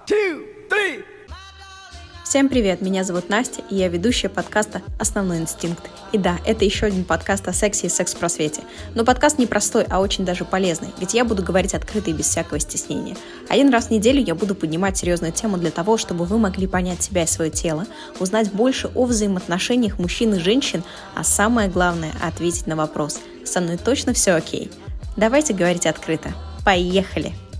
two, three. Всем привет, меня зовут Настя, и я ведущая подкаста «Основной инстинкт». И да, это еще один подкаст о сексе и секс-просвете. Но подкаст не простой, а очень даже полезный, ведь я буду говорить открыто и без всякого стеснения. Один раз в неделю я буду поднимать серьезную тему для того, чтобы вы могли понять себя и свое тело, узнать больше о взаимоотношениях мужчин и женщин, а самое главное – ответить на вопрос: со мной точно все окей? Давайте говорить открыто. Поехали!